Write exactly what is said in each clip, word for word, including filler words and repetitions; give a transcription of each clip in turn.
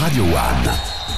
Radio One.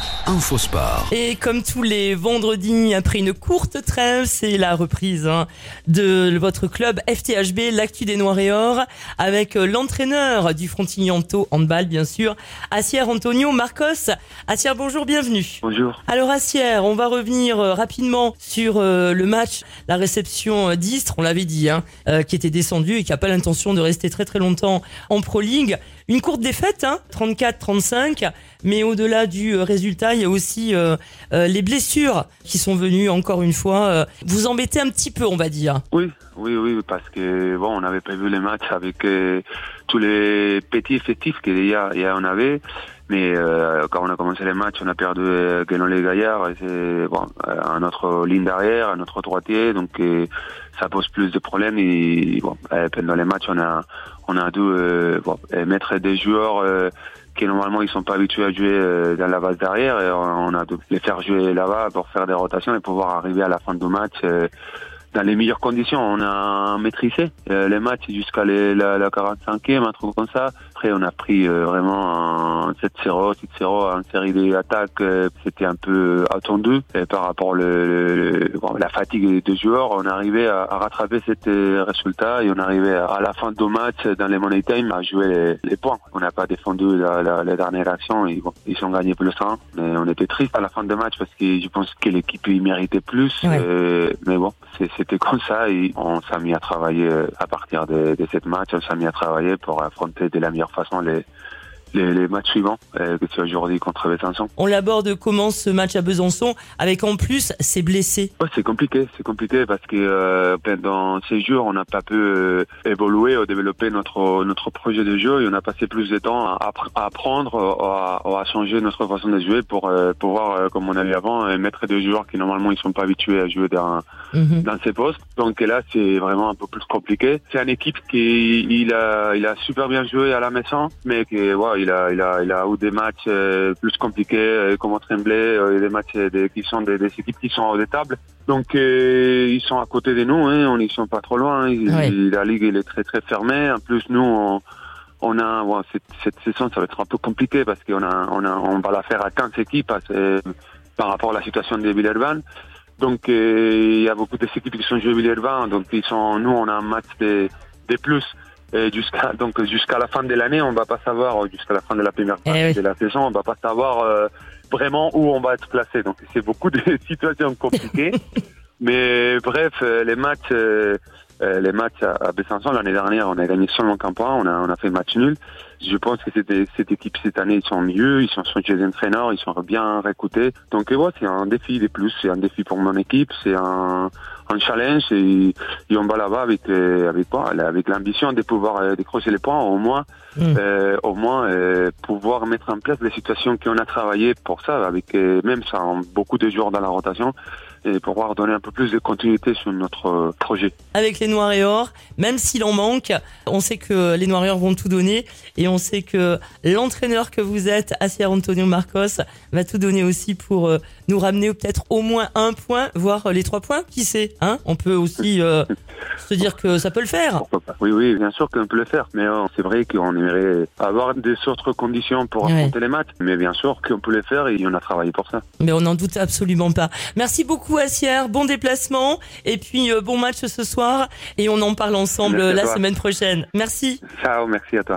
Infosport. Et comme tous les vendredis, après une courte trêve, c'est la reprise hein, de votre club F T H B, l'actu des Noirs et Or, avec l'entraîneur du Frontignan-Tau handball, bien sûr, Assier Antonio Marcos. Assier, bonjour, bienvenue. Bonjour. Alors Assier, on va revenir rapidement sur le match, la réception d'Istres, on l'avait dit, hein, euh, qui était descendu et qui n'a pas l'intention de rester très très longtemps en Pro League. Une courte défaite, hein, trente-quatre trente-cinq, mais au-delà du résultat, il y a aussi euh, euh, les blessures qui sont venues encore une fois euh, vous embêter un petit peu, on va dire. Oui, oui, oui, parce que bon, on avait prévu les matchs avec euh, tous les petits effectifs qu'il y a, il y a on avait. Mais euh, quand on a commencé les matchs, on a perdu euh, Guénon Gaillard, et c'est bon, euh, à notre ligne d'arrière, à notre droitier, donc euh, ça pose plus de problèmes. Et bon, euh, pendant les matchs, on a on a dû euh, bon, mettre des joueurs euh, qui normalement ils sont pas habitués à jouer euh, dans la base d'arrière, et on a dû les faire jouer là-bas pour faire des rotations et pouvoir arriver à la fin du match euh, dans les meilleures conditions. On a maîtrisé euh, les matchs jusqu'à les, la, la quarante-cinquième, un truc comme ça. Après, on a pris euh, vraiment un sept zéro, six zéro en série d'attaques. Euh, c'était un peu attendu et par rapport le, le, bon, la fatigue des joueurs. On est arrivé à, à rattraper cet euh, résultat et on est arrivé à, à la fin du match dans les money time à jouer les, les points. On n'a pas défendu la, la, la dernière action et bon, ils ont gagné plus un. Mais on était triste à la fin du match parce que je pense que l'équipe y méritait plus. Ouais. Euh, mais bon, c'est, c'était comme ça et on s'est mis à travailler à partir de, de cette match. On s'est mis à travailler pour affronter de la meilleure façon les, les, les matchs suivants, euh, que c'est aujourd'hui contre Besançon. On l'aborde comment ce match à Besançon, avec en plus ces blessés? Ouais, c'est compliqué, c'est compliqué parce que euh, pendant ces jours, on n'a pas pu euh, évoluer ou développer notre notre projet de jeu et on a passé plus de temps à, à apprendre, à, à changer notre façon de jouer pour euh, pouvoir, euh, comme on avait avant, euh, mettre des joueurs qui normalement ils sont pas habitués à jouer dans mm-hmm. dans ces postes. Donc là, c'est vraiment un peu plus compliqué. C'est une équipe qui il a il a super bien joué à la maison, mais que ouais, il a il a il a eu des matchs euh, plus compliqués euh, comme Tremblay, euh, des matchs euh, des, qui sont des, des équipes qui sont hors de table. Donc euh, ils sont à côté de nous, hein, on ils sont pas trop loin. Hein, oui. La ligue elle est très très fermée. En plus nous on on a bon, cette, cette saison ça va être un peu compliqué parce qu'on a on a on va la faire à quinze équipes euh, par rapport à la situation de Villeurbanne. Donc euh, il y a beaucoup d'équipes qui sont jouées Villeurbanne, donc ils sont nous on a un match de de plus. Et jusqu'à donc jusqu'à la fin de l'année, on va pas savoir jusqu'à la fin de la première partie eh oui. de la saison, on va pas savoir euh, vraiment où on va être placé. Donc c'est beaucoup de situations compliquées. Mais bref, les matchs, euh, les matchs à Besançon l'année dernière, on a gagné seulement qu'un point, on a on a fait match nul. Je pense que cette, cette équipe cette année ils sont mieux, ils sont changés d'entraîneur, ils sont bien réécoutés. Donc ouais, c'est un défi de plus, c'est un défi pour mon équipe, c'est un un challenge et, et on va là-bas avec euh, avec quoi, avec l'ambition de pouvoir euh, décrocher les points, au moins mmh. euh, au moins euh, pouvoir mettre en place les situations qu'on a travaillé pour ça, avec euh, même ça beaucoup de joueurs dans la rotation. Et pouvoir donner un peu plus de continuité sur notre projet. Avec les Noirs et Or, même s'il en manque, on sait que les Noirs et Or vont tout donner et on sait que l'entraîneur que vous êtes, Assier Antonio Marcos, va tout donner aussi pour euh, nous ramener peut-être au moins un point, voire les trois points, qui sait, hein? On peut aussi euh, se dire que ça peut le faire. Oui, oui, bien sûr qu'on peut le faire, mais euh, c'est vrai qu'on aimerait avoir des autres conditions pour affronter ouais. les matchs, mais bien sûr qu'on peut le faire et on a travaillé pour ça. Mais on n'en doute absolument pas. Merci beaucoup Assier, bon déplacement et puis euh, bon match ce soir et on en parle ensemble merci la semaine prochaine. Merci. Ciao, merci à toi.